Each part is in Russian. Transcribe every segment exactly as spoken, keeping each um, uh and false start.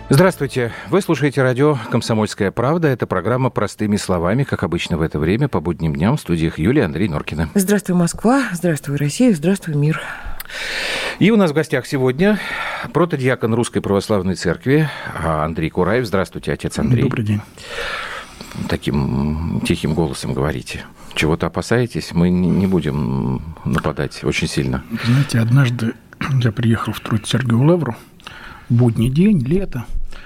Здравствуйте. Вы слушаете радио «Комсомольская правда». Это программа «Простыми словами», как обычно в это время, по будним дням в студиях Юлия, Андрей Норкина. Здравствуй, Москва. Здравствуй, Россия. Здравствуй, мир. И у нас в гостях сегодня протодиакон Русской Православной Церкви Андрей Кураев. Здравствуйте, отец Андрей. Добрый день. Таким тихим голосом говорите. Чего-то опасаетесь? Мы не будем нападать очень сильно. Знаете, однажды я приехал в Троице-Сергиеву Лавру, будний день, лето,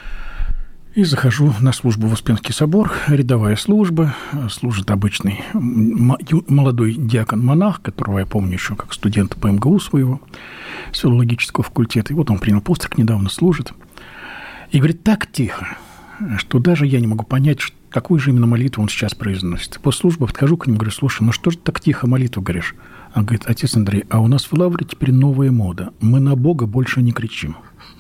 и захожу на службу в Успенский собор, рядовая служба, служит обычный молодой диакон-монах, которого я помню еще как студента по эм гэ у своего, с филологического факультета, и вот он принял постриг, недавно служит, и говорит, так тихо, что даже я не могу понять, какую же именно молитву он сейчас произносит. После службы подхожу к нему, говорю, слушай, ну что же так тихо молитву говоришь? Он говорит, отец Андрей, а у нас в Лавре теперь новая мода, мы на Бога больше не кричим.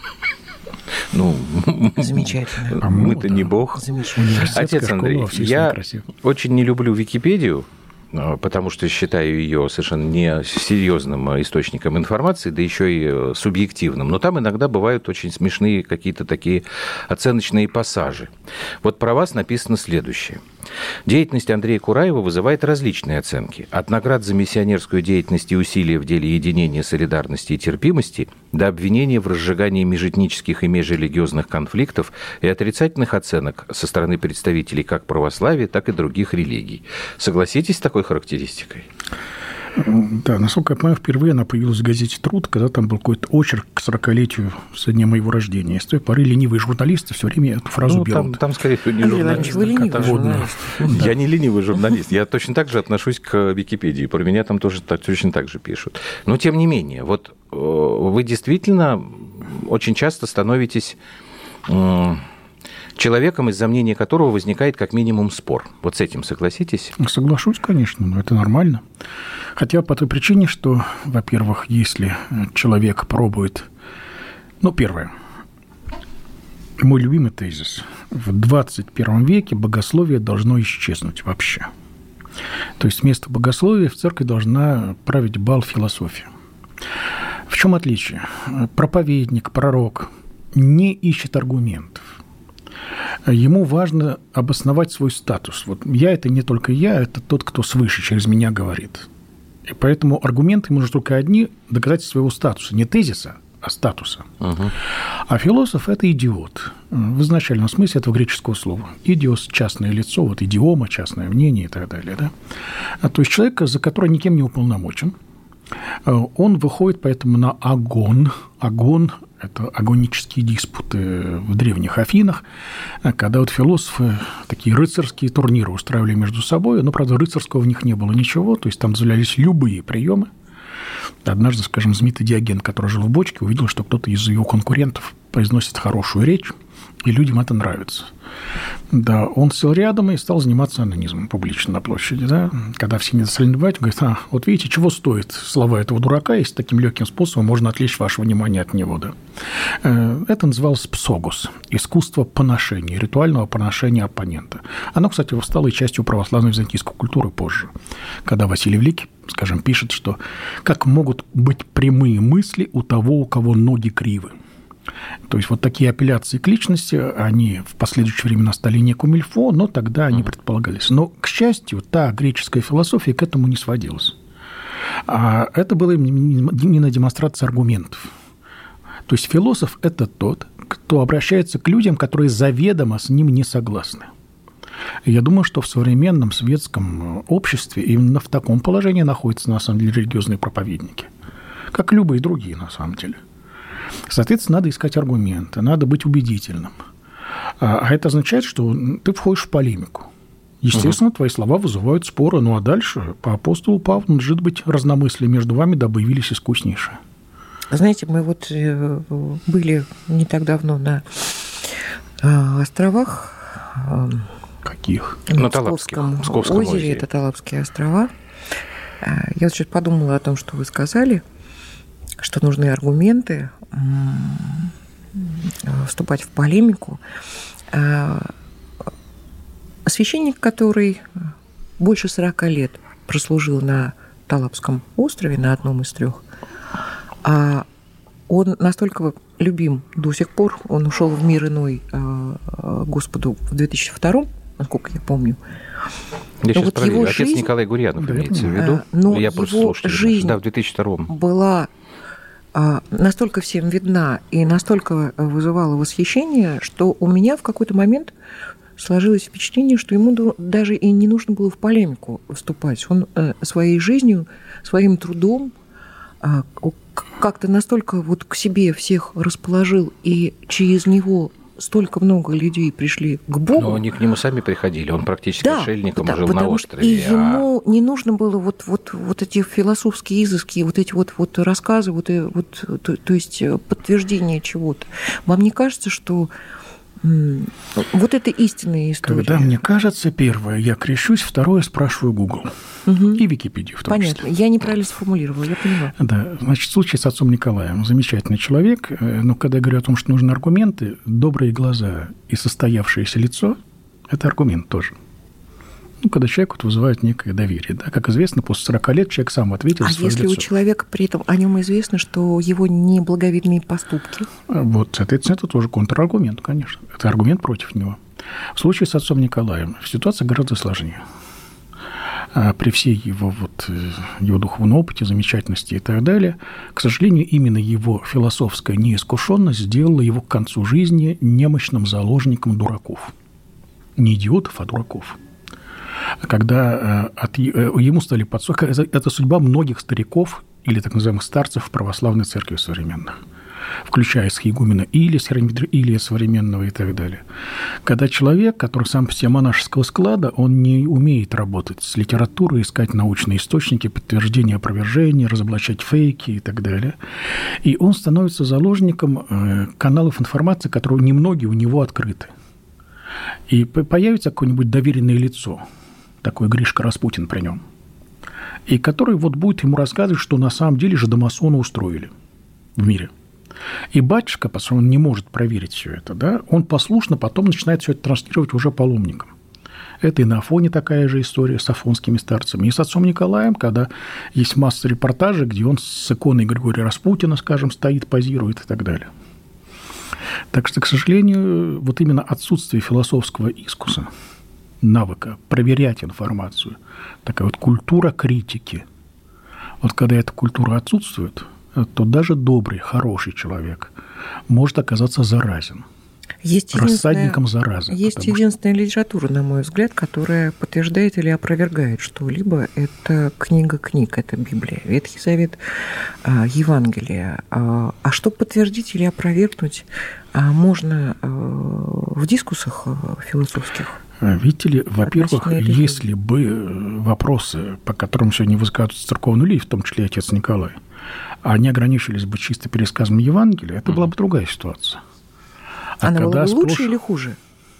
Ну, замечательно. А мы-то не Бог. Отец Андрей, я очень не люблю Википедию, потому что считаю ее совершенно несерьезным источником информации, да еще и субъективным. Но там иногда бывают очень смешные какие-то такие оценочные пассажи. Вот про вас написано следующее. Деятельность Андрея Кураева вызывает различные оценки. От наград за миссионерскую деятельность и усилия в деле единения, солидарности и терпимости до обвинения в разжигании межэтнических и межрелигиозных конфликтов и отрицательных оценок со стороны представителей как православия, так и других религий. Согласитесь с такой характеристикой? Да, насколько я понимаю, впервые она появилась в газете «Труд», когда там был какой-то очерк к сорокалетию со дня моего рождения. С той поры ленивые журналисты все время эту фразу ну, берут. Там, там скорее всего, не журналист. Вы ленивый журналист. Я не ленивый журналист. Я точно так же отношусь к Википедии. Про меня там тоже точно так же пишут. Но, тем не менее, вот вы действительно очень часто становитесь человеком, из-за мнения которого возникает как минимум спор. Вот с этим согласитесь? Соглашусь, конечно, но это нормально. Хотя по той причине, что, во-первых, если человек пробует... Ну, первое. Мой любимый тезис. В двадцать первом веке богословие должно исчезнуть вообще. То есть вместо богословия в церкви должна править бал философия. В чем отличие? Проповедник, пророк не ищет аргументов. Ему важно обосновать свой статус. Вот я – это не только я, это тот, кто свыше через меня говорит. И поэтому аргументы нужны только одни – доказать своего статуса. Не тезиса, а статуса. Угу. А философ – это идиот. В изначальном смысле этого греческого слова. Идиос – частное лицо, вот идиома, частное мнение и так далее. Да? А то есть человек, за который никем не уполномочен, он выходит поэтому на агон. Агон – это агонические диспуты в древних Афинах, когда вот философы такие рыцарские турниры устраивали между собой, но, правда, рыцарского в них не было ничего, то есть там дозволялись любые приемы. Однажды, скажем, знаменитый Диоген, который жил в бочке, увидел, что кто-то из его конкурентов произносит хорошую речь, и людям это нравится. Да, он сел рядом и стал заниматься онанизмом публично на площади. Да? Когда все не стали наблюдать, он говорит, а, вот видите, чего стоит слова этого дурака, если таким легким способом можно отвлечь ваше внимание от него. Да? Это называлось псогос, искусство поношения, ритуального поношения оппонента. Оно, кстати, стало и частью православной византийской культуры позже, когда Василий Великий, скажем, пишет, что как могут быть прямые мысли у того, у кого ноги кривы. То есть вот такие апелляции к личности, они в последующие времена стали не кумильфо, но тогда они предполагались. Но, к счастью, та греческая философия к этому не сводилась. А это было именно демонстрация аргументов. То есть философ – это тот, кто обращается к людям, которые заведомо с ним не согласны. Я думаю, что в современном светском обществе именно в таком положении находятся, на самом деле, религиозные проповедники. Как любые другие, на самом деле. Соответственно, надо искать аргументы, надо быть убедительным. А это означает, что ты входишь в полемику. Естественно, угу. твои слова вызывают споры. Ну, а дальше по апостолу Павлу надлежит быть разномыслие между вами, дабы явились искуснейшие. Знаете, мы вот были не так давно на островах. Каких? На Псковском озере. озере. Это Талапские острова. Я вот сейчас подумала о том, что вы сказали, что нужны аргументы, вступать в полемику. Священник, который больше сорока лет прослужил на Талапском острове, на одном из трех, он настолько любим до сих пор. Он ушел в мир иной Господу в две тысячи втором, насколько я помню. Я сейчас вот проверю. Отец жизнь... Николай Гурьянов да, имеется в виду. Но я его жизнь да, в две тысячи втором была настолько всем видна и настолько вызывала восхищение, что у меня в какой-то момент сложилось впечатление, что ему даже и не нужно было в полемику вступать. Он своей жизнью, своим трудом как-то настолько вот к себе всех расположил, и через него столько много людей пришли к Богу. Но они к нему сами приходили, он практически да, отшельником да, жил на острове. И а... ему не нужно было вот, вот, вот эти философские изыски, вот эти вот, вот рассказы, вот, вот, то, то есть подтверждение чего-то. Вам не кажется, что вот это истинная история? Когда мне кажется, первое, я крещусь, второе, спрашиваю Google. Угу. И Википедию в том Понятно. числе. Я неправильно сформулировала, я поняла. Да, значит, случай с отцом Николаем. Замечательный человек, но когда я говорю о том, что нужны аргументы, добрые глаза и состоявшееся лицо – это аргумент тоже. Ну, когда человек вот вызывает некое доверие. Да? Как известно, после сорока лет человек сам ответил а за свое если лицо. У человека при этом о нем известно, что его неблаговидные поступки? Вот, соответственно, это тоже контраргумент, конечно. Это аргумент против него. В случае с отцом Николаем ситуация гораздо сложнее. При всей его, вот, его духовном опыте, замечательности и так далее, к сожалению, именно его философская неискушенность сделала его к концу жизни немощным заложником дураков. Не идиотов, а дураков. Когда от, ему стали подсовывать... Это судьба многих стариков или так называемых старцев в православной церкви современных, включая схиегумена Илия современного и так далее. Когда человек, который сам по себе монашеского склада, он не умеет работать с литературой, искать научные источники, подтверждения, опровержения, разоблачать фейки и так далее. И он становится заложником каналов информации, которые немногие у него открыты. И появится какое-нибудь доверенное лицо, такой Гришка Распутин при нем, и который вот будет ему рассказывать, что на самом деле жидомасоны устроили в мире. И батюшка, поскольку он не может проверить все это, да, он послушно потом начинает все это транслировать уже паломникам. Это и на Афоне такая же история с афонскими старцами. И с отцом Николаем, когда есть масса репортажей, где он с иконой Григория Распутина, скажем, стоит, позирует и так далее. Так что, к сожалению, вот именно отсутствие философского искуса, навыка проверять информацию, такая вот культура критики, вот когда эта культура отсутствует, то даже добрый, хороший человек может оказаться заразен. Есть рассадником заразы. Есть единственная что... литература, на мой взгляд, которая подтверждает или опровергает что-либо. Это книга книг, это Библия, Ветхий Завет, Евангелие. А что подтвердить или опровергнуть можно в дискуссах философских? Видите ли, во-первых, если бы вопросы, по которым сегодня высказываются церковные люди, в том числе и отец Николай, они ограничивались бы чисто пересказом Евангелия, это была бы другая ситуация. А Она была бы спрош... лучше или хуже?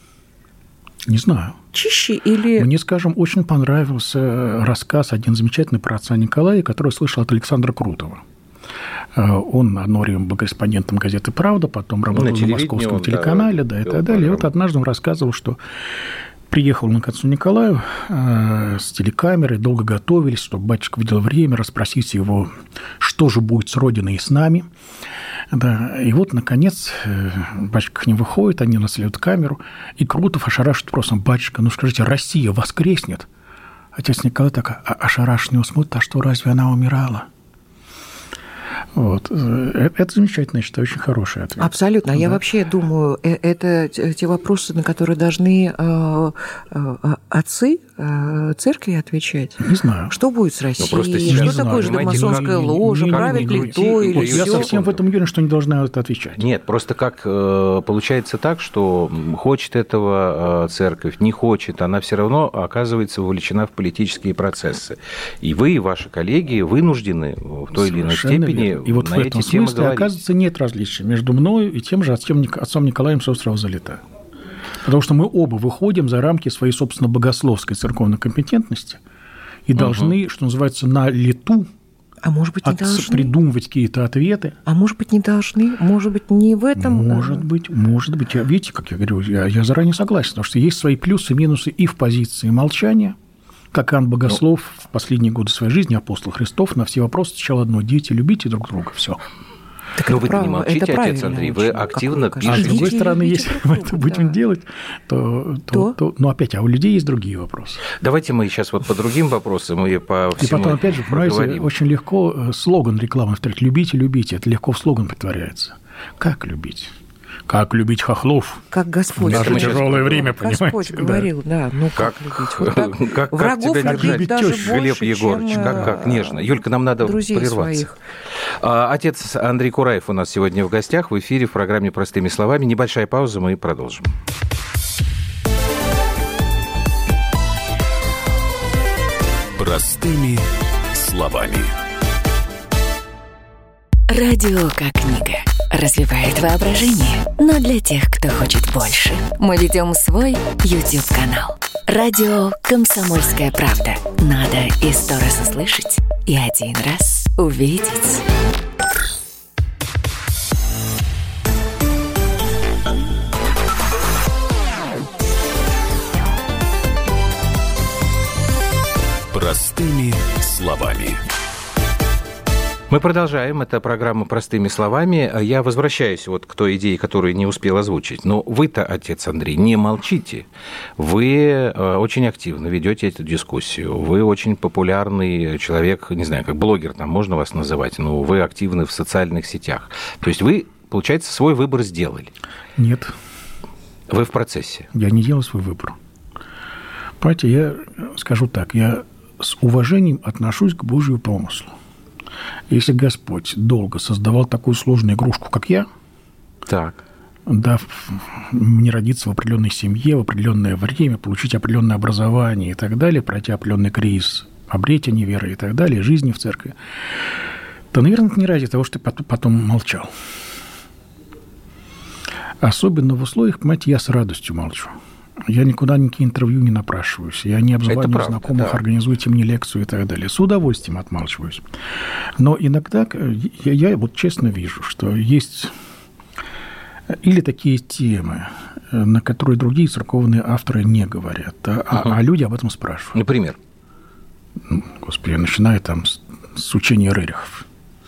Не знаю. Чище или... Мне, скажем, очень понравился рассказ, один замечательный, про отца Николая, который слышал от Александра Крутого. Он одно время был корреспондентом газеты «Правда», потом работал на, на московском он, телеканале, да, да, и так далее. И вот однажды он рассказывал, что приехал он к отцу Николаю э, с телекамерой, долго готовились, чтобы батюшка выделил время расспросить его, что же будет с Родиной и с нами. Да, и вот, наконец, батюшка к ним выходит, они наследуют камеру, и Крутов ошарашит вопросом: батюшка, ну скажите, Россия воскреснет? Отец Николай так ошарашенный смотрит: а что, разве она умирала? Вот. Это замечательно, я считаю, очень хороший ответ. Абсолютно. Да. Я вообще думаю, это те вопросы, на которые должны отцы церкви отвечать. Не знаю. Что будет с Россией? Что такое жидомасонская ложа? Правит ли то или все? Я совсем в этом уверен, что не должна это отвечать. Нет, просто как получается так, что хочет этого церковь, не хочет, она все равно оказывается вовлечена в политические процессы. И вы, и ваши коллеги вынуждены в той или иной степени и вот на в этом эти темы смысле, говорить. Оказывается, нет различия между мною и тем же отцом, отцом Николаем с острова Залета. Потому что мы оба выходим за рамки своей, собственно, богословской церковной компетентности и должны, угу. что называется, на лету а может быть, не должны? Придумывать какие-то ответы. А может быть, не должны? Может быть, не в этом? Может быть, может быть. Я, видите, как я говорю, я, я заранее согласен, потому что есть свои плюсы и минусы и в позиции молчания, как Иоанн Богослов ну, в последние годы своей жизни, апостол Христов, на все вопросы отвечал одно: дети, любите друг друга, все. Так Но вы не молчите, отец Андрей, вы активно пишете. А с другой стороны, если мы это будем да. делать, то, то, то? то... Ну, опять, а у людей есть другие вопросы. Давайте мы сейчас вот по другим вопросам и по всему. И потом, опять же, понимаете, очень легко слоган рекламы повторять. Любите, любите. Это легко в слоган притворяется. Как любить? Как любить хохлов? Как Господь. В наше тяжелое время, понимаете? Господь говорил, да. Ну, как, как любить? Вот так, как, как тебя держать, даже Глеб больше, Егорович? чем, как, как нежно. Юлька, нам надо прерваться. Своих. Отец Андрей Кураев у нас сегодня в гостях в эфире в программе «Простыми словами». Небольшая пауза, мы продолжим. Простыми словами. Радио как книга. Развивает воображение, но для тех, кто хочет больше. Мы ведем свой YouTube-канал. Радио «Комсомольская правда». Надо и сто раз услышать, и один раз увидеть. Простыми словами. Мы продолжаем. Это программа «Простыми словами». Я возвращаюсь вот к той идее, которую не успел озвучить. Но вы-то, отец Андрей, не молчите. Вы очень активно ведете эту дискуссию. Вы очень популярный человек, не знаю, как блогер, там можно вас называть, но вы активны в социальных сетях. То есть вы, получается, свой выбор сделали? Нет. Вы в процессе? Я не делал свой выбор. Понимаете, я скажу так, я с уважением отношусь к Божьему помыслу. Если Господь долго создавал такую сложную игрушку, как я, так. дав мне родиться в определенной семье, в определенное время, получить определенное образование и так далее, пройти определенный кризис обретения веры и так далее, жизни в церкви, то, наверное, это не ради того, что ты потом молчал. Особенно в условиях, понимаете, я с радостью молчу. Я никуда никакие интервью не напрашиваюсь. Я не обзваниваю знакомых, да. Организуйте мне лекцию и так далее. С удовольствием отмалчиваюсь. Но иногда я, я вот честно вижу, что есть или такие темы, на которые другие церковные авторы не говорят, а, uh-huh. а люди об этом спрашивают. Например? Ну, господи, начиная там с, с учения Рерихов.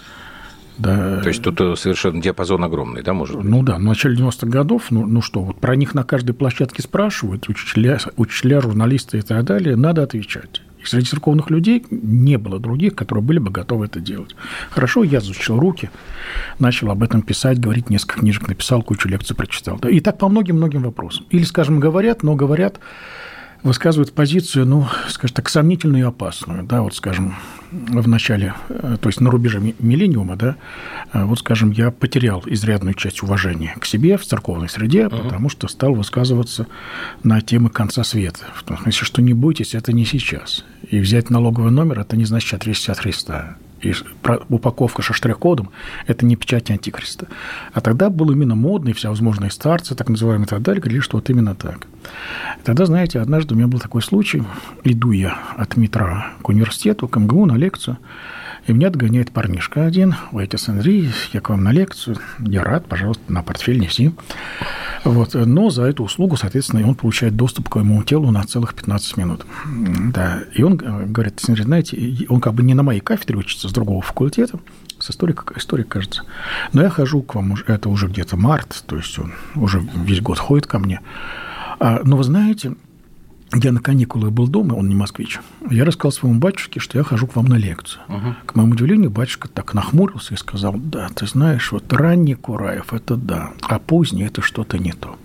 Да. То есть тут совершенно диапазон огромный, да, может быть? Ну да, в начале девяностых годов, ну, ну что, вот про них на каждой площадке спрашивают, учителя, учителя, журналисты и так далее, надо отвечать. И среди церковных людей не было других, которые были бы готовы это делать. Хорошо, я изучил руки, начал об этом писать, говорить, несколько книжек написал, кучу лекций прочитал. Да, и так по многим-многим вопросам. Или, скажем, говорят, но говорят, высказывают позицию, ну, скажем так, сомнительную и опасную, да, вот, скажем, в начале, то есть на рубеже миллениума, да, вот, скажем, я потерял изрядную часть уважения к себе в церковной среде, uh-huh. потому что стал высказываться на темы конца света. В том смысле, что не бойтесь, это не сейчас. И взять налоговый номер – это не значит отречься от Христа. И упаковка со штрих-кодом – это не печать антихриста. А тогда был именно модный, всевозможные старцы, так называемые, и так далее, говорили, что вот именно так. И тогда, знаете, однажды у меня был такой случай. Иду я от метро к университету, к эм гэ у на лекцию, и меня догоняет парнишка один. Ой, отец Андрей, я к вам на лекцию. Я рад, пожалуйста, на портфель неси. Вот. Но за эту услугу, соответственно, он получает доступ к моему телу на целых пятнадцать минут. Да. И он говорит, знаете, он как бы не на моей кафедре учится, с другого факультета, с историка, историк, кажется. Но я хожу к вам, это уже где-то март, то есть он уже весь год ходит ко мне. Но вы знаете, я на каникулах был дома, он не москвич. Я рассказал своему батюшке, что я хожу к вам на лекцию. Uh-huh. К моему удивлению, батюшка так нахмурился и сказал, да, ты знаешь, вот ранний Кураев – это да, а поздний – это что-то не то.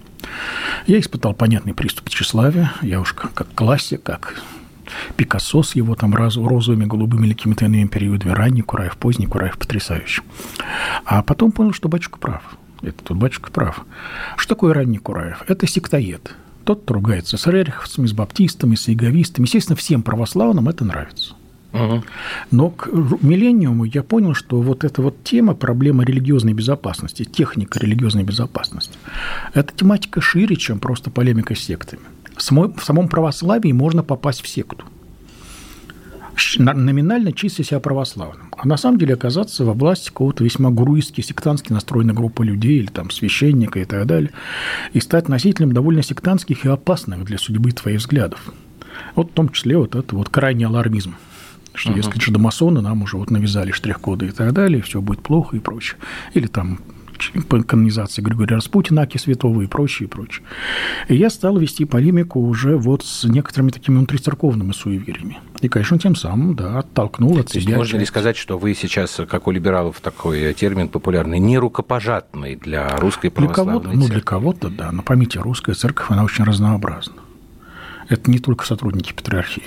Я испытал понятный приступ тщеславия, я уж как, как классик, как Пикассо с его там розовыми, голубыми или какими-то иными периодами, ранний Кураев, поздний Кураев, потрясающий. А потом понял, что батюшка прав. Это тут батюшка прав. Что такое ранний Кураев? Это сектоед. Тот, кто ругается с рериховцами, с баптистами, с иеговистами. Естественно, всем православным это нравится. Угу. Но к миллениуму я понял, что вот эта вот тема, проблема религиозной безопасности, техника религиозной безопасности, эта тематика шире, чем просто полемика с сектами. В самом православии можно попасть в секту, номинально чистя себя православным, а на самом деле оказаться во власти какого-то весьма гуруистски, сектантски настроенной группы людей или там священника и так далее, и стать носителем довольно сектантских и опасных для судьбы твоих взглядов. Вот в том числе вот это вот крайний алармизм, Что, uh-huh. если же домасоны, нам уже вот навязали штрих-коды и так далее, все будет плохо и прочее. Или там по канонизации Григория Распутина, Аки Святого и прочее, и прочее. И я стал вести полемику уже вот с некоторыми такими внутрицерковными суевериями. И, конечно, тем самым, да, оттолкнул от себя. То есть можно часть. ли сказать, что вы сейчас, как у либералов такой термин популярный, нерукопожатный для русской православной для церкви? Ну, для кого-то, да. Но поймите, русская церковь, она очень разнообразна. Это не только сотрудники патриархии.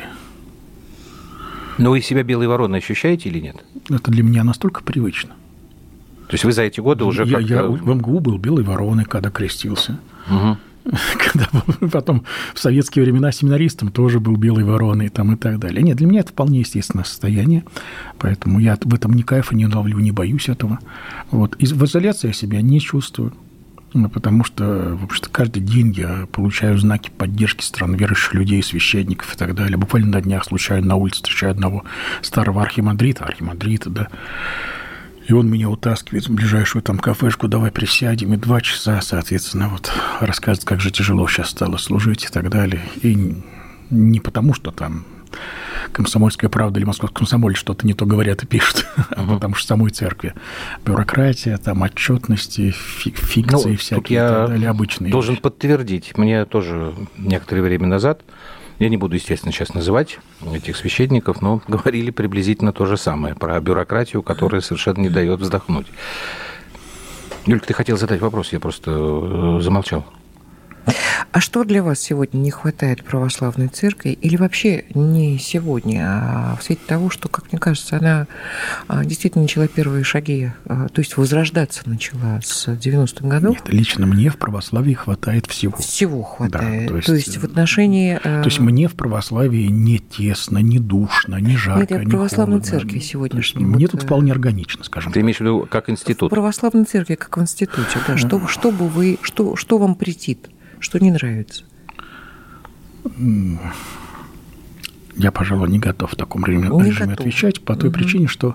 Но вы себя белой вороной ощущаете или нет? Это для меня настолько привычно. То есть вы за эти годы уже я, как-то... Я в эм гэ у был белой вороной, когда крестился. Угу. Когда был, потом в советские времена семинаристом тоже был белой вороной там, и так далее. Нет, для меня это вполне естественное состояние, поэтому я в этом ни кайфа не ловлю, не боюсь этого. Вот. И в изоляции я себя не чувствую, потому что, в общем-то, каждый день я получаю знаки поддержки стран верующих людей, священников и так далее. Буквально на днях случайно на улице встречаю одного старого архимандрита, архимандрита, да, и он меня утаскивает в ближайшую там кафешку, давай присядем, и два часа, соответственно, вот рассказывает, как же тяжело сейчас стало служить и так далее. И не потому, что там «Комсомольская правда» или «Московский комсомоль» что-то не то говорят и пишут, uh-huh. а потому что в самой церкви бюрократия, там отчетности, фикции ну, всякие и так далее, обычные. Должен вещи. подтвердить. Мне тоже некоторое время назад, я не буду, естественно, сейчас называть этих священников, но говорили приблизительно то же самое про бюрократию, которая совершенно не дает вздохнуть. Юлька, ты хотел задать вопрос, я просто замолчал. А что для вас сегодня не хватает православной церкви? Или вообще не сегодня, а в свете того, что, как мне кажется, она действительно начала первые шаги, то есть возрождаться начала с девяностых годов? Нет, лично мне в православии хватает всего. Всего хватает. Да, то, есть, то есть в отношении... То есть мне в православии не тесно, не душно, не жарко, Нет, я в православной церкви сегодняшней. Мне вот... тут вполне органично, скажем Ты так. имеешь в виду как институт? В православной церкви, как в институте, да. Что, что бы вы... Что, что вам претит? Что не нравится? Я, пожалуй, не готов в таком режиме, не режиме готов. отвечать по той угу. причине, что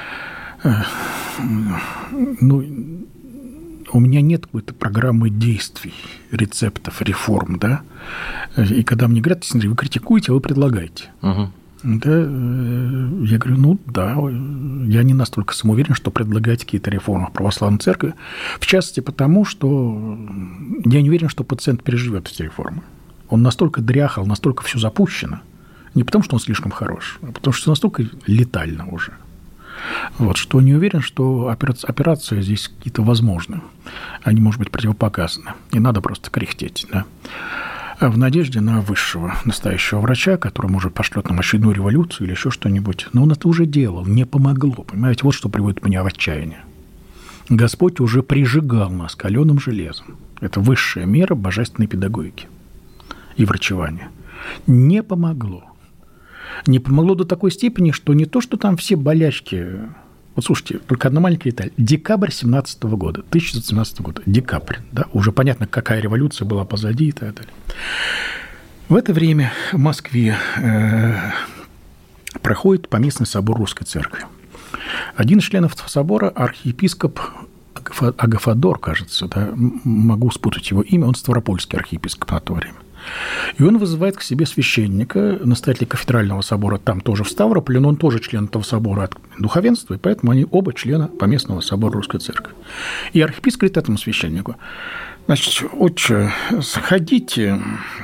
ну, у меня нет какой-то программы действий, рецептов, реформ, да. И когда мне говорят, смотри, вы критикуете, а вы предлагаете. Угу. Да, я говорю, ну да, я не настолько самоуверен, что предлагать какие-то реформы в православной церкви, в частности потому, что я не уверен, что пациент переживет эти реформы. Он настолько дряхал, настолько все запущено, не потому, что он слишком хорош, а потому, что настолько летально уже. Вот, что не уверен, что операция, операция здесь какие-то возможны. Они, может быть, противопоказаны. И надо просто кряхтеть, да. В надежде на высшего настоящего врача, который, может, пошлет нам очередную революцию или еще что-нибудь. Но он это уже делал, не помогло. Понимаете, вот что приводит меня в отчаяние. Господь уже прижигал нас каленым железом. Это высшая мера божественной педагогики и врачевания. Не помогло. Не помогло до такой степени, что не то, что там все болячки... Вот слушайте, только одна маленькая деталь. Декабрь семнадцатого года, тысяча девятьсот семнадцатого года, декабрь, да, уже понятно, какая революция была позади и так далее. В это время в Москве э, проходит поместный собор Русской Церкви. Один из членов собора, архиепископ Агафодор, кажется, да, могу спутать его имя, он ставропольский архиепископ на то время. И он вызывает к себе священника, настоятеля кафедрального собора, там тоже в Ставрополе, но он тоже член этого собора от духовенства, и поэтому они оба члена поместного собора Русской Церкви. И архиепископ говорит этому священнику: значит, отче, сходите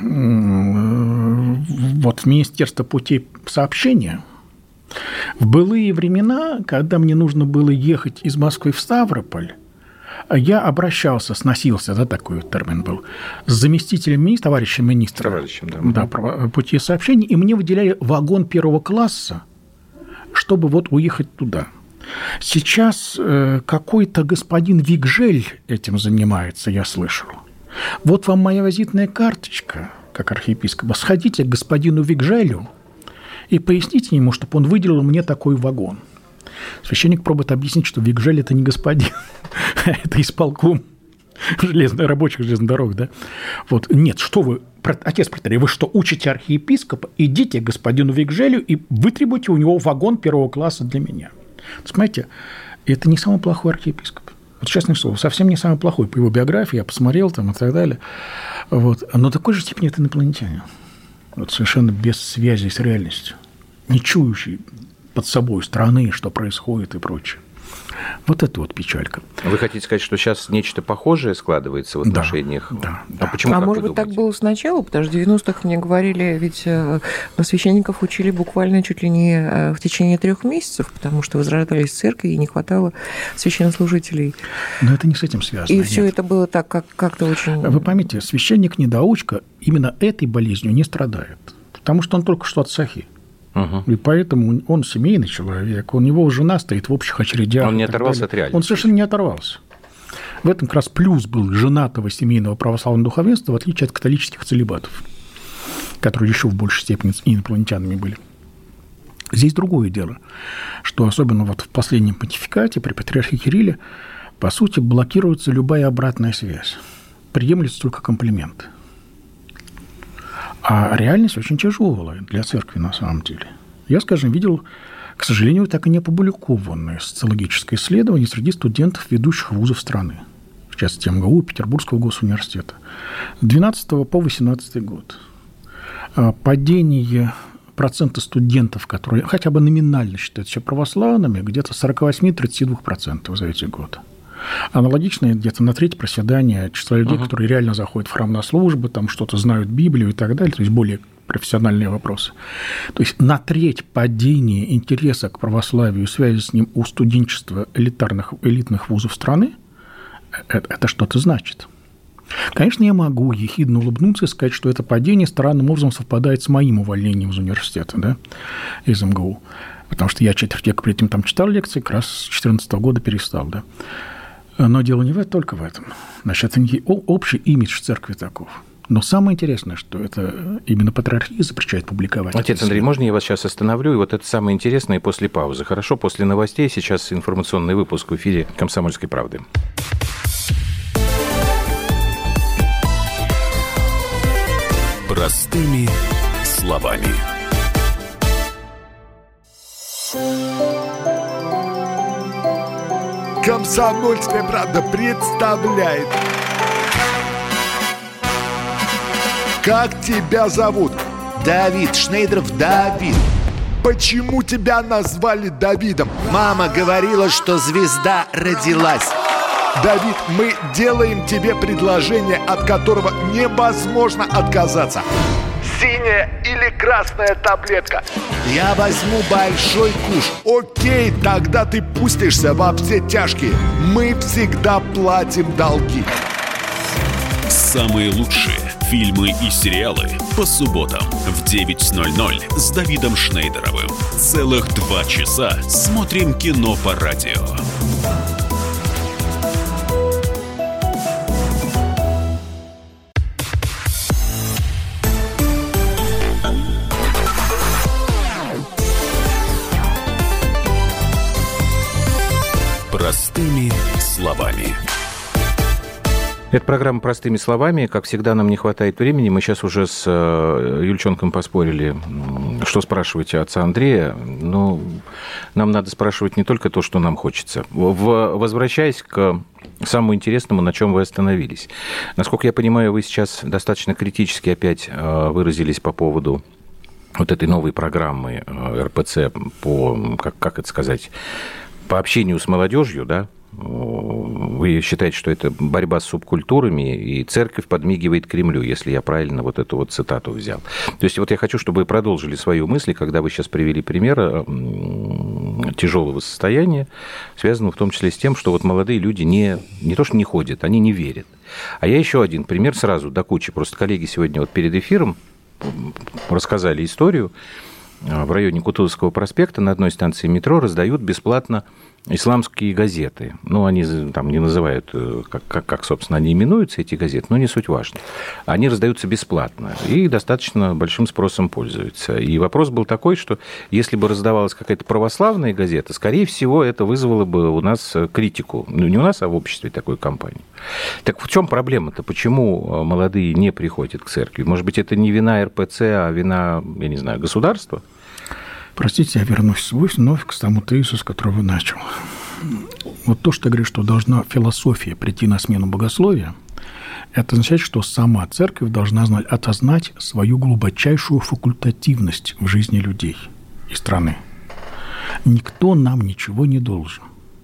вот в Министерство путей сообщения. В былые времена, когда мне нужно было ехать из Москвы в Ставрополь, я обращался, сносился, да, такой термин был, с заместителем министра, товарищем министра, товарищем, да. Да, пути сообщений, и мне выделяли вагон первого класса, чтобы вот уехать туда. Сейчас какой-то господин Вигжель этим занимается, я слышал. Вот вам моя визитная карточка, как архиепископа. Сходите к господину Вигжелю и поясните ему, чтобы он выделил мне такой вагон. Священник пробует объяснить, что Вигжель – это не господин, а это исполком железных, рабочих железных дорог, да? Вот. Нет, что вы, отец протоиерей, вы что, учите архиепископа? Идите к господину Вигжелю и вытребуйте у него вагон первого класса для меня. Смотрите, это не самый плохой архиепископ. Вот честное слово, совсем не самый плохой. По его биографии я посмотрел там и так далее. Вот. Но такой же степени это инопланетянин. Вот совершенно без связи с реальностью. Не чующий под собой страны, что происходит и прочее. Вот это вот печалька. Вы хотите сказать, что сейчас нечто похожее складывается в отношениях? Да, да, а да. почему, а как может быть, так было сначала? Потому что в девяностых мне говорили, ведь на священников учили буквально чуть ли не в течение трех месяцев, потому что возрождались церкви и не хватало священнослужителей. Но это не с этим связано. И нет. все это было так, как, как-то очень... Вы поймите, священник-недоучка именно этой болезнью не страдает, потому что он только что от сахи. Угу. И поэтому он семейный человек, у него жена стоит в общих очередях. Он не оторвался далее. От реальности. Он совершенно не оторвался. В этом как раз плюс был женатого семейного православного духовенства, в отличие от католических целибатов, которые еще в большей степени инопланетянами были. Здесь другое дело, что особенно вот в последнем понтификате при патриархе Кирилле, по сути, блокируется любая обратная связь. Приемлется только комплимент. А реальность очень тяжелая для церкви на самом деле. Я, скажем, видел, к сожалению, так и не опубликованное социологическое исследование среди студентов ведущих вузов страны, в частности, эм гэ у, Петербургского госуниверситета, с двенадцатого по восемнадцатый год. Падение процента студентов, которые хотя бы номинально считают себя православными, где-то сорок восемь - тридцать два процента за эти годы. Аналогично где-то на треть проседания числа людей, uh-huh. которые реально заходят в храм на службу, там что-то знают Библию и так далее, то есть более профессиональные вопросы. То есть на треть падения интереса к православию и связи с ним у студенчества элитарных, элитных вузов страны, это, это что-то значит. Конечно, я могу ехидно улыбнуться и сказать, что это падение странным образом совпадает с моим увольнением из университета, да, из эм гэ у, потому что я четверть века перед этим там читал лекции, как раз с две тысячи четырнадцатого года перестал, да. Но дело не в этом, только в этом. Значит, это общий имидж церкви таков. Но самое интересное, что это именно патриархия запрещает публиковать. Отец Андрей, можно я вас сейчас остановлю? И вот это самое интересное после паузы. Хорошо, после новостей сейчас информационный выпуск в эфире «Комсомольской правды». Простыми словами. «Комсомольская правда» представляет. Как тебя зовут? Давид. Шнейдеров Давид. Почему тебя назвали Давидом? Мама говорила, что звезда родилась. Давид, мы делаем тебе предложение, от которого невозможно отказаться. Синяя или красная таблетка? Я возьму большой куш. Окей, тогда ты пустишься во все тяжкие. Мы всегда платим долги. Самые лучшие фильмы и сериалы по субботам в девять ноль ноль с Давидом Шнейдеровым. Целых два часа смотрим кино по радио. Простыми словами. Это программа «Простыми словами». Как всегда, нам не хватает времени. Мы сейчас уже с Юльчонком поспорили, что спрашивать отца Андрея. Но нам надо спрашивать не только то, что нам хочется. Возвращаясь к самому интересному, на чем вы остановились. Насколько я понимаю, вы сейчас достаточно критически опять выразились по поводу вот этой новой программы эр пэ цэ по, как, как это сказать, по общению с молодежью, да? Вы считаете, что это борьба с субкультурами, и церковь подмигивает Кремлю, если я правильно вот эту вот цитату взял. То есть вот я хочу, чтобы вы продолжили свою мысль, когда вы сейчас привели пример тяжелого состояния, связанного в том числе с тем, что вот молодые люди не, не то что не ходят, они не верят. А я еще один пример сразу до кучи. Просто коллеги сегодня вот перед эфиром рассказали историю. В районе Кутузовского проспекта на одной станции метро раздают бесплатно исламские газеты. Ну, они там не называют, как, как, как, собственно, они именуются, эти газеты, но не суть важно. Они раздаются бесплатно и достаточно большим спросом пользуются. И вопрос был такой, что если бы раздавалась какая-то православная газета, скорее всего, это вызвало бы у нас критику. Ну, не у нас, а в обществе такой кампании. Так в чем проблема-то? Почему молодые не приходят к церкви? Может быть, это не вина эр пэ цэ, а вина, я не знаю, государства? Простите, я вернусь вновь к тому тезису, с которого начал. Вот то, что я говорю, что должна философия прийти на смену богословия, это означает, что сама церковь должна знать, осознать свою глубочайшую факультативность в жизни людей и страны. Никто нам ничего не должен.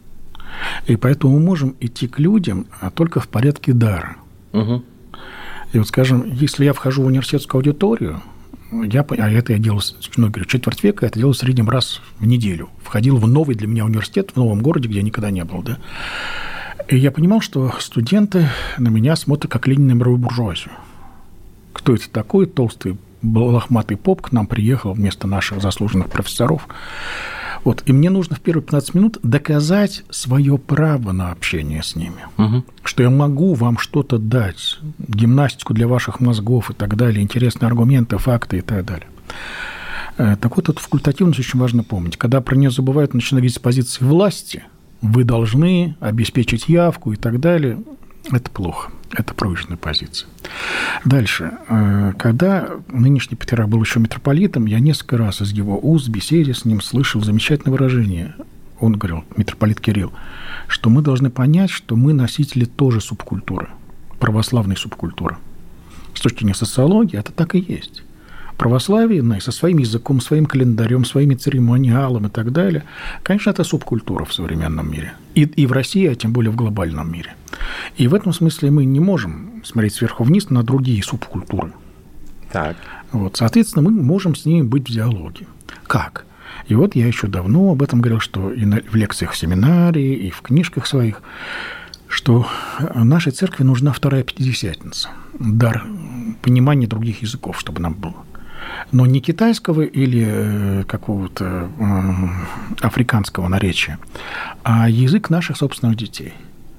И поэтому мы можем идти к людям только в порядке дара. Угу. И вот, скажем, если я вхожу в университетскую аудиторию, я, а это я делал, ну, говорю, четверть века, это делал в среднем раз в неделю. Входил в новый для меня университет в новом городе, где я никогда не был, да. И я понимал, что студенты на меня смотрят как Ленин на мировую буржуазию. Кто это такой? Толстый, лохматый поп к нам приехал вместо наших заслуженных профессоров. Вот. И мне нужно в первые пятнадцать минут доказать свое право на общение с ними. Угу. Что я могу вам что-то дать, гимнастику для ваших мозгов и так далее, интересные аргументы, факты и так далее. Так вот, эту факультативность очень важно помнить. Когда про нее забывают, начинают говорить с позиции власти, вы должны обеспечить явку и так далее, это плохо. Это проигрышная позиция. Дальше. Когда нынешний патриарх был еще митрополитом, я несколько раз из его уст в беседе с ним слышал замечательное выражение. Он говорил, митрополит Кирилл, что мы должны понять, что мы носители тоже субкультуры, православной субкультуры. С точки зрения социологии это так и есть. Православие, ну, со своим языком, своим календарем, своими церемониалом и так далее, конечно, это субкультура в современном мире. И, и в России, а тем более в глобальном мире. И в этом смысле мы не можем смотреть сверху вниз на другие субкультуры. Так. Вот, соответственно, мы можем с ними быть в диалоге. Как? И вот я еще давно об этом говорил, что и в лекциях в семинарии, и в книжках своих, что нашей церкви нужна вторая пятидесятница. Дар понимания других языков, чтобы нам было. Но не китайского или какого-то африканского наречия, а язык наших собственных детей.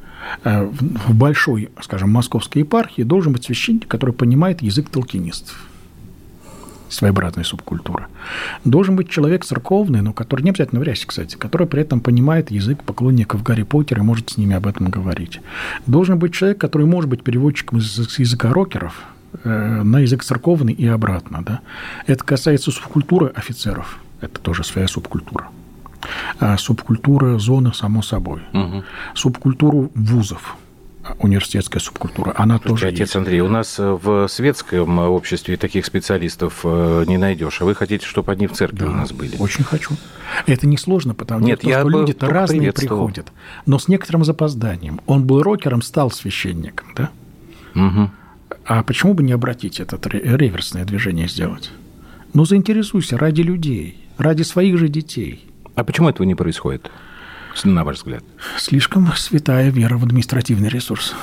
В большой, скажем, московской епархии должен быть священник, который понимает язык толкинистов, своеобразная субкультура. Должен быть человек церковный, но который не обязательно в рясе, кстати, который при этом понимает язык поклонников Гарри Поттера и может с ними об этом говорить. Должен быть человек, который может быть переводчиком с языка рокеров на язык церковный и обратно. Да? Это касается субкультуры офицеров. Это тоже своя субкультура. А субкультура зоны, само собой. Угу. Субкультуру вузов. Университетская субкультура, она Слушайте, тоже отец есть. Андрей, у нас в светском обществе таких специалистов не найдешь, а вы хотите, чтобы они в церкви да, у нас были? Очень хочу. Это несложно, потому Нет, что я люди-то разные приходят, но с некоторым запозданием. Он был рокером, стал священником, да? Угу. А почему бы не обратить это реверсное движение сделать? Ну, заинтересуйся ради людей, ради своих же детей. А почему этого не происходит? На ваш взгляд? Слишком святая вера в административный ресурс.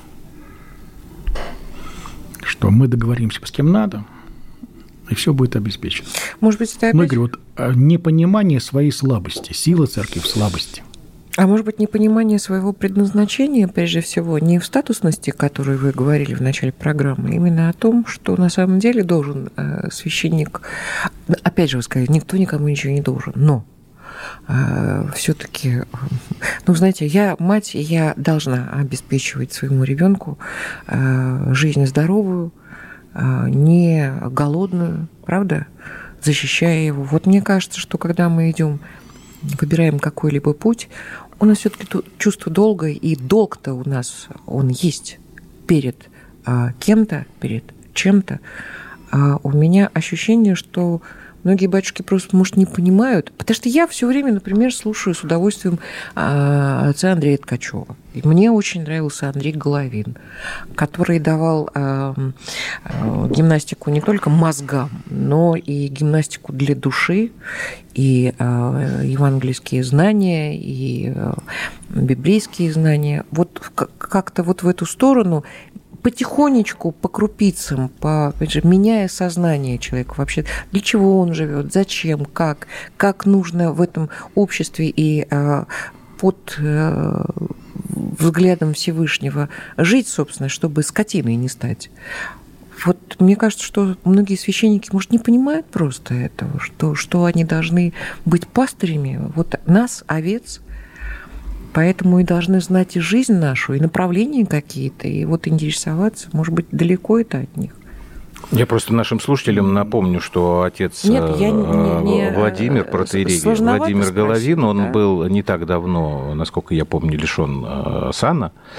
Что мы договоримся с кем надо, и все будет обеспечено. Может быть, это опять... Ну, я говорю, вот непонимание своей слабости, сила церкви в слабости. А может быть, непонимание своего предназначения, прежде всего, не в статусности, о которой вы говорили в начале программы, именно о том, что на самом деле должен священник... Опять же, вы сказали, никто никому ничего не должен, но все-таки, ну, знаете, я мать, и я должна обеспечивать своему ребенку жизнь здоровую, не голодную, правда, защищая его. Вот мне кажется, что когда мы идем, выбираем какой-либо путь, у нас все-таки чувство долга, и долг-то у нас, он есть перед кем-то, перед чем-то. А у меня ощущение, что многие батюшки просто, может, не понимают. Потому что я все время, например, слушаю с удовольствием отца Андрея Ткачева. И мне очень нравился Андрей Головин, который давал гимнастику не только мозгам, но и гимнастику для души, и евангельские знания, и библейские знания. Вот как-то вот в эту сторону... потихонечку, по крупицам, по, опять же, меняя сознание человека вообще, для чего он живет, зачем, как, как нужно в этом обществе и а, под а, взглядом Всевышнего жить, собственно, чтобы скотиной не стать. Вот мне кажется, что многие священники, может, не понимают просто этого, что, что они должны быть пастырями, вот нас, овец. Поэтому и должны знать и жизнь нашу, и направления какие-то, и вот интересоваться, может быть, далеко это от них. Я просто нашим слушателям напомню, что отец Нет, я не, не, Владимир, протоиерей Владимир Головин, он да? был не так давно, насколько я помню, лишен сана.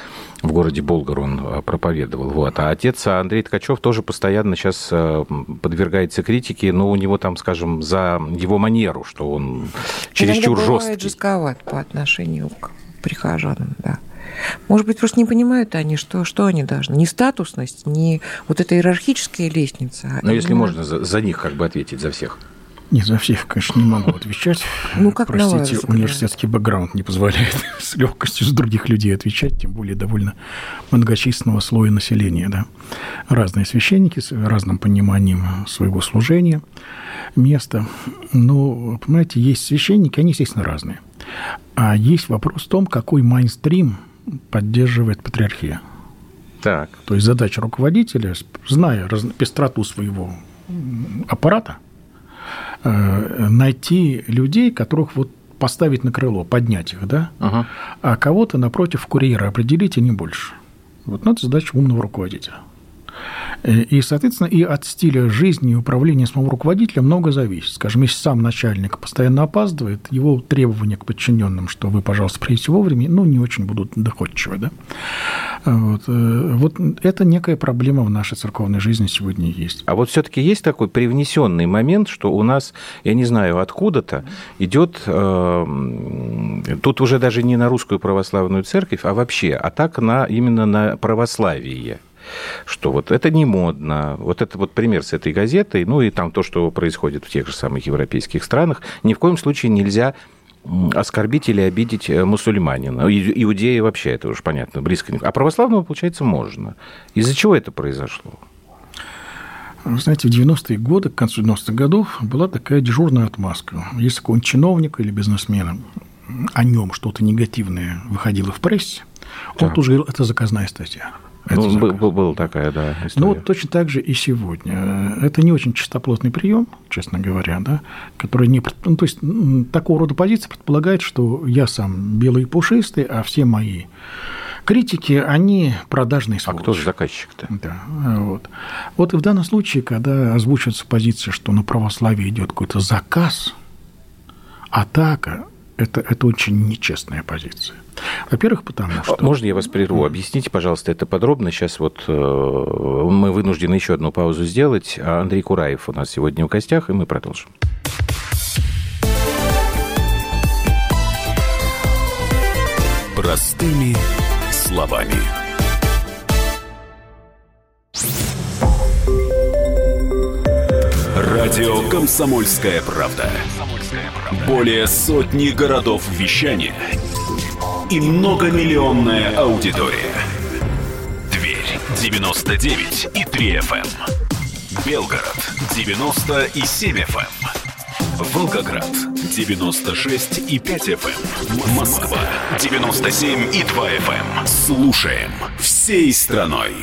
в городе Болгар он проповедовал. Вот. А отец Андрей Ткачев тоже постоянно сейчас подвергается критике, но у него там, скажем, за его манеру, что он чересчур жесткий. Бывает жестковат по отношению к прихожанам, да. Может быть, просто не понимают они, что, что они должны. Не статусность, не вот эта иерархическая лестница. Но именно... если можно за, за них как бы ответить, за всех. Не за всех, конечно, не могу отвечать. Ну, как простите, университетский бэкграунд не позволяет с легкостью с других людей отвечать, тем более довольно многочисленного слоя населения. Да. Разные священники с разным пониманием своего служения, места. Но, понимаете, есть священники, они, естественно, разные. А есть вопрос в том, какой мейнстрим поддерживает патриархия. Так. То есть задача руководителя, зная пестроту своего аппарата, найти людей, которых вот поставить на крыло, поднять их, да, uh-huh. а кого-то напротив курьера определить, и не больше. Вот это задача умного руководителя. И, соответственно, и от стиля жизни и управления самого руководителя много зависит. Скажем, если сам начальник постоянно опаздывает, его требования к подчиненным, что вы, пожалуйста, приедете вовремя, ну, не очень будут доходчивы. Да? Вот. Вот это некая проблема в нашей церковной жизни сегодня есть. А вот все-таки есть такой привнесенный момент, что у нас, я не знаю, откуда-то идет, э, тут уже даже не на русскую православную церковь, а вообще атака на, именно на православие. Что вот это не модно. Вот это вот пример с этой газетой, ну и там то, что происходит в тех же самых европейских странах, ни в коем случае нельзя оскорбить или обидеть мусульманина. Иудея вообще, это уже понятно, близко. А православного, получается, можно. Из-за чего это произошло? Вы знаете, в девяностые годы, к концу девяностых годов была такая дежурная отмазка. Если какой-нибудь чиновник или бизнесмен, о нем что-то негативное выходило в прессе, он тут же говорил, это заказная статья. Ну, был, была такая, да, история. Ну, вот точно так же и сегодня. Это не очень чистоплотный прием, честно говоря, да, который не... Ну, то есть, такого рода позиция предполагает, что я сам белый и пушистый, а все мои критики, они продажные сволочи. А кто же заказчик-то? Да, вот. Вот и в данном случае, когда озвучивается позиция, что на православие идет какой-то заказ, атака, это, это очень нечестная позиция. Во-первых, потому что... Можно я вас прерву? Объясните, пожалуйста, это подробно. Сейчас вот мы вынуждены еще одну паузу сделать. Андрей Кураев у нас сегодня в гостях, и мы продолжим. Простыми словами. Радио «Комсомольская правда». Более сотни городов вещания и многомиллионная аудитория. Тверь девяносто девять и три эф эм. Белгород девяносто и семь эф эм. Волгоград девяносто шесть и пять эф эм. Москва девяносто семь и два эф эм. Слушаем всей страной.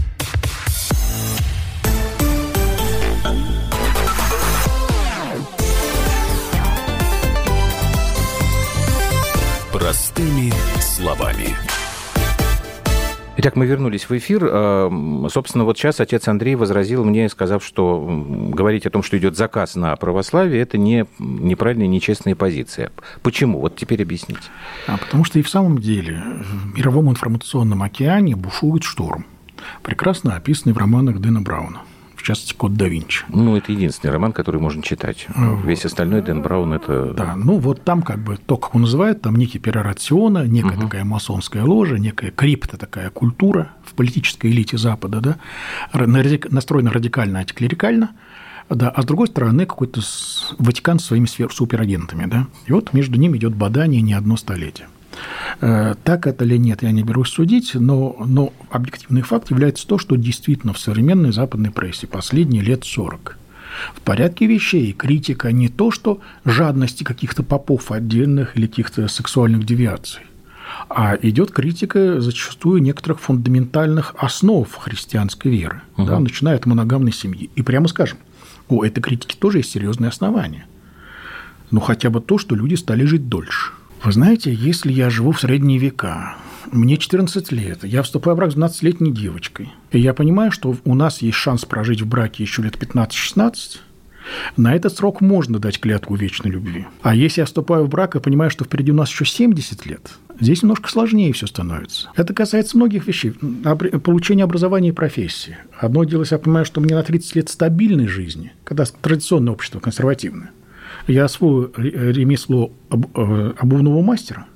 Простыми словами. Итак, мы вернулись в эфир. Собственно, вот сейчас отец Андрей возразил мне, сказав, что говорить о том, что идет заказ на православие, это не неправильная, нечестная позиция. Почему? Вот теперь объясните. А потому что и в самом деле в мировом информационном океане бушует шторм, прекрасно описанный в романах Дэна Брауна. В частности, «Код да Винчи». Ну, это единственный роман, который можно читать. Вот. Весь остальной Дэн Браун – это… Да, ну вот там как бы то, как он называет, там некий перорациона, некая угу. такая масонская ложа, некая крипта такая культура в политической элите Запада, да, настроена радикально, антиклерикально, да, а с другой стороны какой-то Ватикан со своими суперагентами, да, и вот между ними идет бадание не одно столетие. Так это или нет, я не берусь судить, но, но объективный факт является то, что действительно в современной западной прессе последние лет сорок в порядке вещей критика не то, что жадности каких-то попов отдельных или каких-то сексуальных девиаций, а идет критика зачастую некоторых фундаментальных основ христианской веры, угу. да, начиная от моногамной семьи. И прямо скажем, у этой критики тоже есть серьезные основания. Ну, хотя бы то, что люди стали жить дольше. Вы знаете, если я живу в средние века, мне четырнадцать лет, я вступаю в брак с двенадцатилетней девочкой, и я понимаю, что у нас есть шанс прожить в браке еще лет пятнадцать-шестнадцать, На этот срок можно дать клятву вечной любви. А если я вступаю в брак и понимаю, что впереди у нас еще семьдесят лет, здесь немножко сложнее все становится. Это касается многих вещей. Получения образования и профессии. Одно дело, если я понимаю, что мне на тридцать лет стабильной жизни, когда традиционное общество консервативное, я освою ремесло обувного мастера,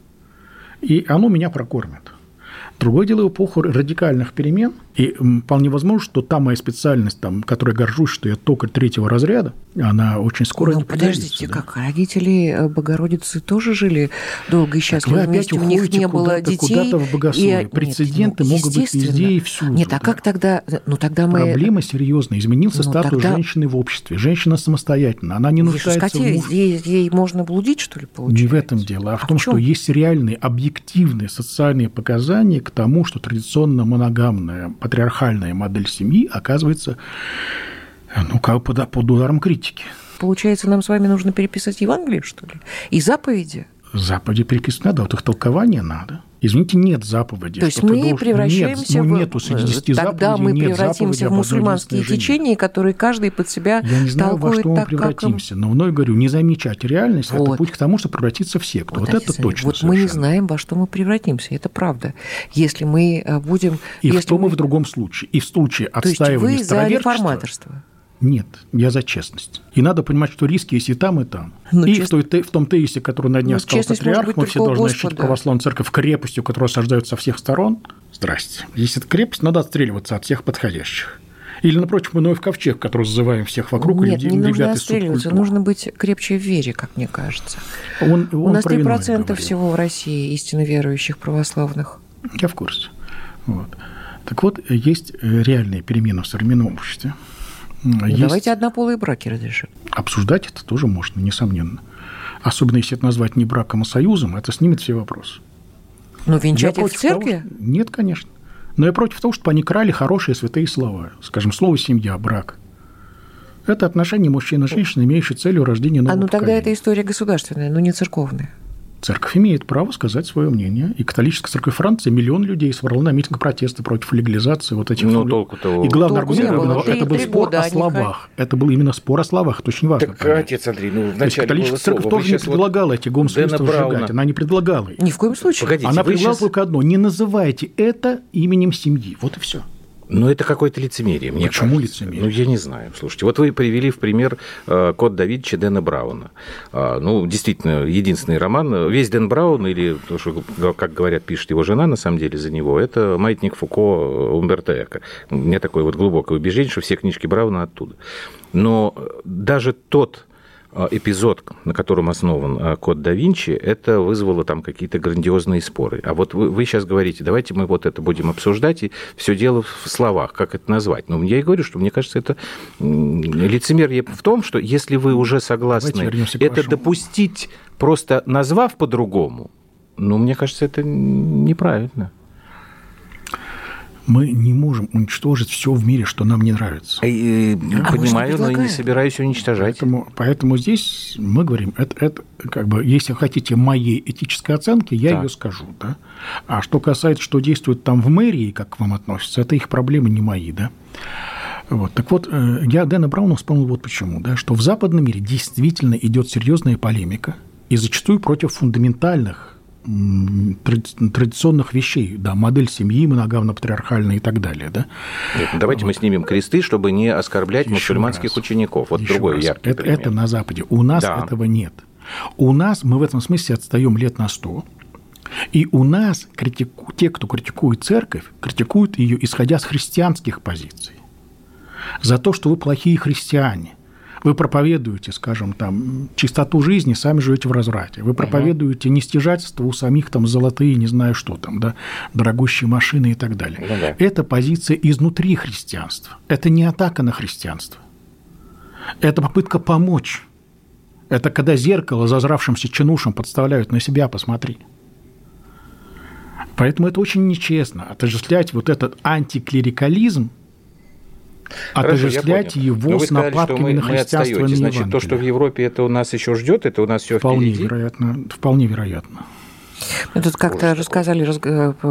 и оно меня прокормит. Другое дело, эпоху радикальных перемен, и вполне возможно, что та моя специальность, там, которой горжусь, что я токарь третьего разряда, она очень скоро ну, не подождите, да? как родители Богородицы тоже жили долго и счастливо вместе, у них не было детей. Куда-то в богословие. И... Прецеденты Нет, ну, могут быть везде и всюду. Нет, а да? как тогда... Ну, тогда мы... Проблема серьезная. Изменился ну, статус тогда... женщины в обществе. Женщина самостоятельна, она не нуждается в муже. Ей, ей можно блудить, что ли, получается? Не в этом дело, а в а том, в что есть реальные, объективные социальные показания к тому, что традиционно моногамная, патриархальная модель семьи оказывается ну, как под, под ударом критики. Получается, нам с вами нужно переписать Евангелие, что ли? И заповеди? Заповеди переписать надо, вот их толкование надо. Извините, нет заповеди. То есть мы должен... превращаемся нет, в... Ну, нету среди десяти Тогда заповедей, мы нет превратимся в мусульманские течения, которые каждый под себя Я не знаю, во что мы так, превратимся, как... но вновь говорю, не замечать реальность вот. – это путь к тому, что превратиться в секту. Вот, вот это точно Вот совершенно. Мы не знаем, во что мы превратимся, это правда. Если мы будем... И если в том, мы... и в другом случае. И в случае отстаивания То есть вы за реформаторство? Нет, я за честность. И надо понимать, что риски есть и там, и там. Ну, и чест... в, той, в том тезисе, который на днях ну, сказал патриарх, мы все должны ощутить православную церковь крепостью, которую осаждают со всех сторон. Здрасте. Если это крепость, надо отстреливаться от всех подходящих. Или, напротив, мы Ноев ковчег, который зазываем всех вокруг. Нет, людей, не нужно ребят отстреливаться, нужно быть крепче в вере, как мне кажется. Он, он У нас три процента всего в России истинно верующих православных. Я в курсе. Вот. Так вот, есть реальные перемены в современном обществе. Ну, давайте однополые браки разрешим. Обсуждать это тоже можно, несомненно. Особенно, если это назвать не браком, а союзом, это снимет все вопросы. Но венчать их в церкви? Того, нет, конечно. Но я против того, чтобы они крали хорошие святые слова. Скажем, слово «семья», «брак». Это отношения мужчины и женщины, имеющие целью рождения нового А ну тогда поколения. это история государственная, но не церковная. Церковь имеет право сказать свое мнение. И католическая церковь Франции миллион людей собрала на митинг протеста против легализации вот этих... Ну, толку-то... И главный толку аргумент был, это был спор года, о словах. Это был именно спор о словах. Это очень важно. Так, понять. Отец Андрей, ну, вначале католическая церковь слово. тоже не предлагала вот эти гомосексуальства сжигать. Она не предлагала их. Ни в коем случае. Погодите, Она предлагала сейчас... только одно. Не называйте это именем семьи. Вот и все. Ну, это какое-то лицемерие, мне Почему кажется. лицемерие? Ну, я не знаю. Слушайте, вот вы привели в пример «Код да Винчи» Дэна Брауна. Ну, действительно, единственный роман. Весь Дэн Браун, или, как говорят, пишет его жена, на самом деле, за него, это «Маятник Фуко» Умберто Эко. У меня такое вот глубокое убеждение, что все книжки Брауна оттуда. Но даже тот эпизод, на котором основан «Код да Винчи», это вызвало там какие-то грандиозные споры. А вот вы, вы сейчас говорите, давайте мы вот это будем обсуждать, и все дело в словах, как это назвать. Но я и говорю, что мне кажется, это лицемерие в том, что если вы уже согласны это допустить, просто назвав по-другому, ну, мне кажется, это неправильно. Мы не можем уничтожить все в мире, что нам не нравится. И, а понимаю, но и не собираюсь уничтожать. Поэтому, поэтому здесь мы говорим, это, это как бы, если хотите моей этической оценки, я да. ее скажу. Да? А что касается, что действует там в мэрии, как к вам относятся, это их проблемы, не мои. Да? Вот. Так вот, я Дэна Брауна вспомнил вот почему. Да? Что в западном мире действительно идет серьезная полемика, и зачастую против фундаментальных традиционных вещей, да, модель семьи, моногамно-патриархальная и так далее, да. Нет, давайте вот. мы снимем кресты, чтобы не оскорблять Еще мусульманских раз. учеников. Вот Еще другой раз. яркий это, пример. Это на Западе. У нас да. этого нет. У нас мы в этом смысле отстаем лет на сто. И у нас критику, те, кто критикует церковь, критикуют ее, исходя с христианских позиций. За то, что вы плохие христиане. Вы проповедуете, скажем, там, чистоту жизни, сами живете в разврате. Вы проповедуете нестяжательство, у самих там золотые, не знаю что там, да, дорогущие машины и так далее. Ну, да. Это позиция изнутри христианства. Это не атака на христианство. Это попытка помочь. Это когда зеркало зазравшимся чинушам подставляют на себя, посмотри. Поэтому это очень нечестно. Отождествлять вот этот антиклерикализм, отождествлять его с нападками мы, на христианство и на Значит, то, что в Европе это у нас еще ждет, это у нас все вполне впереди? Вероятно, вполне вероятно. Мы тут как-то рассказали раз...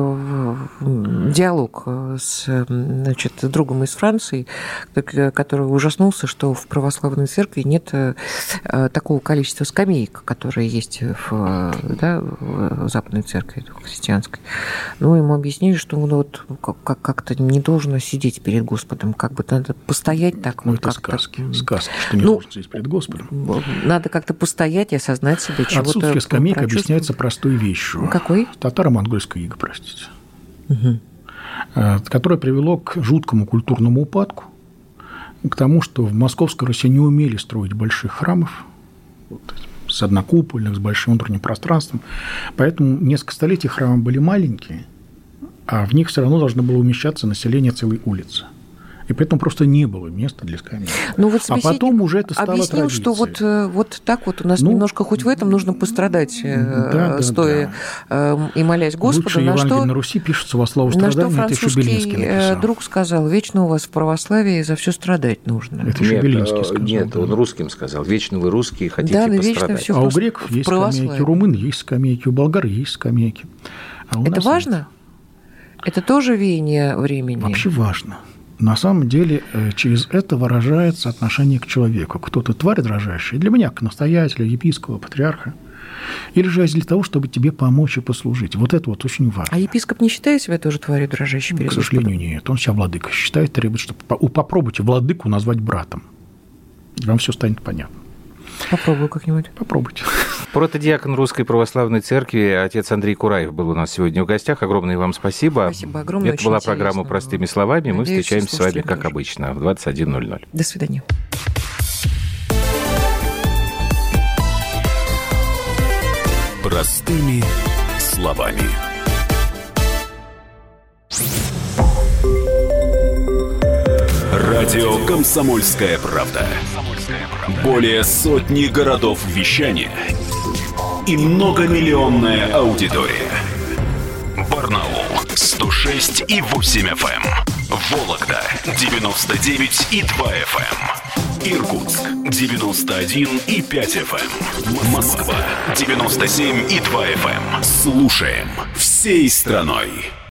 диалог с, значит, другом из Франции, который ужаснулся, что в православной церкви нет такого количества скамеек, которые есть в, да, в западной церкви христианской. Ну, ему объяснили, что он вот как-то не должен сидеть перед Господом, как бы надо постоять так. Ну, вот, это как-то... сказки. Сказки, что не ну, должен сидеть перед Господом. Надо как-то постоять и осознать себя чего-то. Отсутствие скамейк объясняется простой вещью. Какой? Татаро-монгольская ига, простите. Угу. Которое привело к жуткому культурному упадку, к тому, что в Московской Руси не умели строить больших храмов, вот, с однокупольных, с большим внутренним пространством. Поэтому несколько столетий храмы были маленькие, а в них все равно должно было умещаться население целой улицы. И поэтому просто не было места для скамейки. Ну, вот а потом уже это стало объяснил, традицией. что вот, вот так вот у нас ну, немножко хоть в этом нужно пострадать, да, стоя да, да. и молясь Господу. Лучшие Евангелие на Руси пишутся во славу страдания, на что французский друг сказал: вечно у вас в православии за все страдать нужно. Это еще Белинский сказал. Нет, он русским сказал: вечно вы русские, хотите да, пострадать. Все а у греков есть скамейки, у румын есть скамейки, у болгар есть скамейки. А у это важно? Нет. Это тоже веяние времени? Вообще важно. На самом деле через это выражается отношение к человеку. Кто-то тварь дрожащая, для меня, как настоятеля, епископа, патриарха, или же для того, чтобы тебе помочь и послужить. Вот это вот очень важно. А епископ не считает себя тоже тварью дрожащей перед Господом? К сожалению, нет. Он себя владыкой считает, требует, чтобы попробуйте владыку назвать братом. Вам все станет понятно. Попробую как-нибудь. Попробуйте. Протодиакон Русской Православной Церкви отец Андрей Кураев был у нас сегодня в гостях. Огромное вам спасибо. Спасибо огромное. Это была программа «Простыми словами». Надеюсь, мы встречаемся с вами, как тоже. обычно, в двадцать один ноль ноль. До свидания. Простыми словами. Радио «Комсомольская правда». Более сотни городов вещания и многомиллионная аудитория. Барнаул сто шесть и восемь эф эм, Вологда девяносто девять и два эф эм, Иркутск девяносто один и пять эф эм, Москва девяносто семь и два эф эм. Слушаем всей страной.